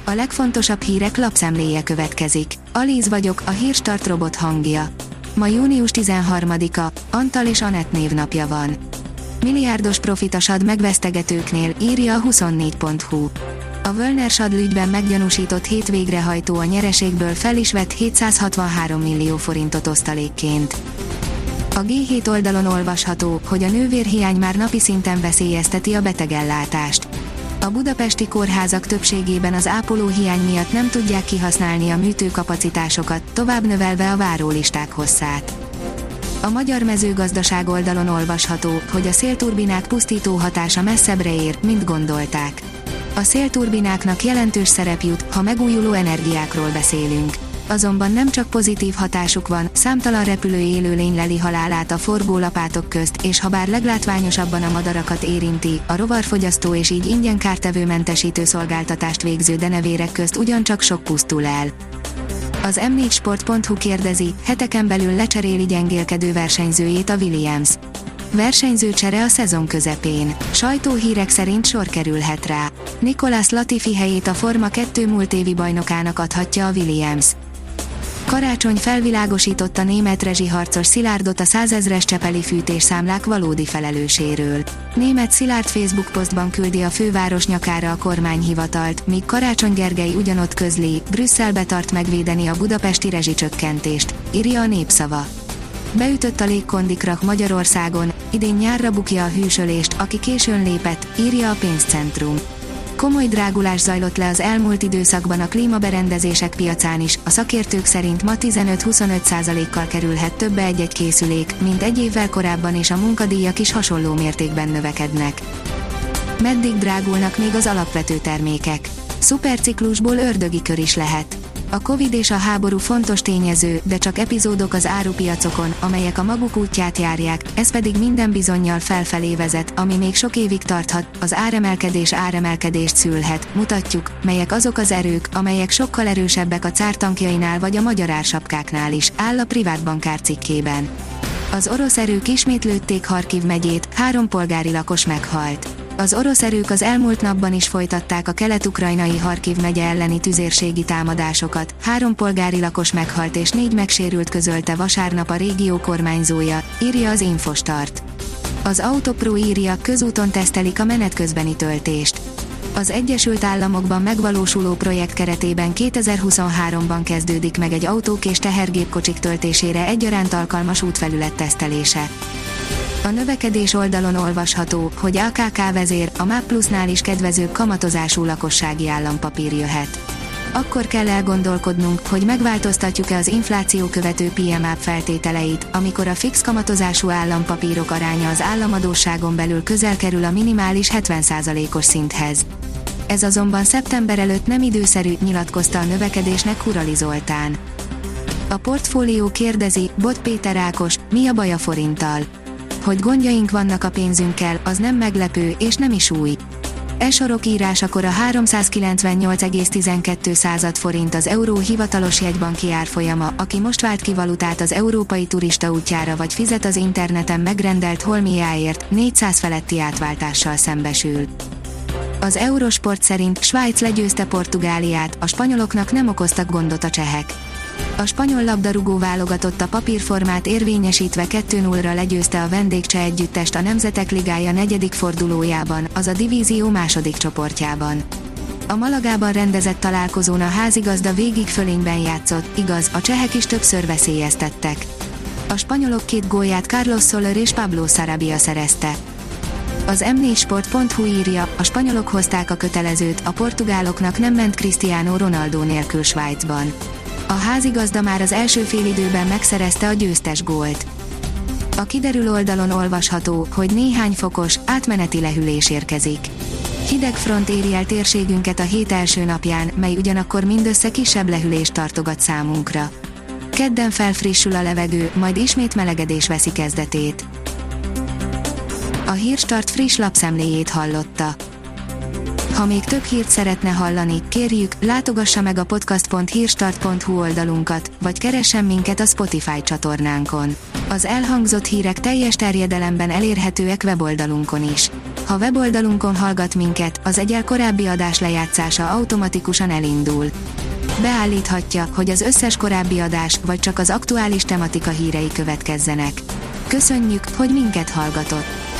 A legfontosabb hírek lapszemléje következik. Alíz vagyok, a Hírstart robot hangja. Ma június 13-a, Antal és Anett névnapja van. Milliárdos profit a SAD megvesztegetőknél, írja a 24.hu. A Völner SAD ügyben meggyanúsított 7 végrehajtó a nyereségből fel is vett 763 millió forintot osztalékként. A G7 oldalon olvasható, hogy a nővérhiány már napi szinten veszélyezteti a betegellátást. A budapesti kórházak többségében az ápolóhiány miatt nem tudják kihasználni a műtőkapacitásokat, tovább növelve a várólisták hosszát. A Magyar Mezőgazdaság oldalon olvasható, hogy a szélturbinák pusztító hatása messzebbre ér, mint gondolták. A szélturbináknak jelentős szerep jut, ha megújuló energiákról beszélünk. Azonban nem csak pozitív hatásuk van, számtalan repülő élőlény leli halálát a forgólapátok közt, és ha bár leglátványosabban a madarakat érinti, a rovarfogyasztó és így ingyen kártevőmentesítő szolgáltatást végző denevérek közt ugyancsak sok pusztul el. Az m4sport.hu kérdezi, heteken belül lecseréli gyengélkedő versenyzőjét a Williams. Versenyzőcsere a szezon közepén. Sajtóhírek szerint sor kerülhet rá. Nicolas Latifi helyét a Forma 2 múlt évi bajnokának adhatja a Williams. Karácsony felvilágosította német rezsiharcos Szilárdot a 100 000-es csepeli fűtésszámlák valódi felelőséről. Német Szilárd Facebook posztban küldi a főváros nyakára a kormányhivatalt, míg Karácsony Gergely ugyanott közli, Brüsszelbe tart megvédeni a budapesti rezsicsökkentést, írja a Népszava. Beütött a légkondikrak Magyarországon, idén nyárra bukja a hűsölést, aki későn lépett, írja a Pénzcentrum. Komoly drágulás zajlott le az elmúlt időszakban a klímaberendezések piacán is, a szakértők szerint ma 15-25%-kal kerülhet többe egy-egy készülék, mint egy évvel korábban, és a munkadíjak is hasonló mértékben növekednek. Meddig drágulnak még az alapvető termékek? Szuperciklusból ördögi kör is lehet. A Covid és a háború fontos tényező, de csak epizódok az árupiacokon, amelyek a maguk útját járják, ez pedig minden bizonnyal felfelé vezet, ami még sok évig tarthat, az áremelkedést szülhet, mutatjuk, melyek azok az erők, amelyek sokkal erősebbek a cár tankjainál vagy a magyar ársapkáknál is, áll a Privát Bankár cikkében. Az orosz erők ismét lőtték Harkiv megyét, 3 polgári lakos meghalt. Az orosz erők az elmúlt napban is folytatták a kelet-ukrajnai Harkiv megye elleni tüzérségi támadásokat, 3 polgári lakos meghalt és 4 megsérült, közölte vasárnap a régió kormányzója, írja az Infostart. Az Autopro írja, közúton tesztelik a menet közbeni töltést. Az Egyesült Államokban megvalósuló projekt keretében 2023-ban kezdődik meg egy autók és tehergépkocsik töltésére egyaránt alkalmas útfelület tesztelése. A növekedés oldalon olvasható, hogy AKK vezér, a MÁP Plusznál is kedvezőbb kamatozású lakossági állampapír jöhet. Akkor kell elgondolkodnunk, hogy megváltoztatjuk-e az infláció követő PMAP feltételeit, amikor a fix kamatozású állampapírok aránya az államadósságon belül közel kerül a minimális 70%-os szinthez. Ez azonban szeptember előtt nem időszerű, nyilatkozta a növekedésnek Hurali Zoltán. A Portfólió kérdezi, Bot Péter Ákos, mi a baj a forinttal? Hogy gondjaink vannak a pénzünkkel, az nem meglepő, és nem is új. E-sorok írásakor a 398,12 forint az euró hivatalos jegybanki árfolyama, aki most vált ki valutát az európai turista útjára vagy fizet az interneten megrendelt holmiáért, 400 feletti átváltással szembesül. Az Eurosport szerint Svájc legyőzte Portugáliát, a spanyoloknak nem okoztak gondot a csehek. A spanyol labdarúgó válogatott a papírformát érvényesítve 2-0-ra legyőzte a vendégcseh együttest a Nemzetek Ligája 4. fordulójában, az a divízió második csoportjában. A Malagában rendezett találkozón a házigazda végig fölényben játszott, igaz, a csehek is többször veszélyeztettek. A spanyolok 2 gólját Carlos Soler és Pablo Sarabia szerezte. Az m4sport.hu írja, a spanyolok hozták a kötelezőt, a portugáloknak nem ment Cristiano Ronaldo nélkül Svájcban. A házigazda már az első félidőben megszerezte a győztes gólt. A kiderül oldalon olvasható, hogy néhány fokos, átmeneti lehűlés érkezik. Hideg front éri el térségünket a hét első napján, mely ugyanakkor mindössze kisebb lehűlést tartogat számunkra. Kedden felfrissül a levegő, majd ismét melegedés veszi kezdetét. A Hírstart friss lapszemléjét hallotta. Ha még több hírt szeretne hallani, kérjük, látogassa meg a podcast.hírstart.hu oldalunkat, vagy keressen minket a Spotify csatornánkon. Az elhangzott hírek teljes terjedelemben elérhetőek weboldalunkon is. Ha weboldalunkon hallgat minket, az egyel korábbi adás lejátszása automatikusan elindul. Beállíthatja, hogy az összes korábbi adás, vagy csak az aktuális tematika hírei következzenek. Köszönjük, hogy minket hallgatott!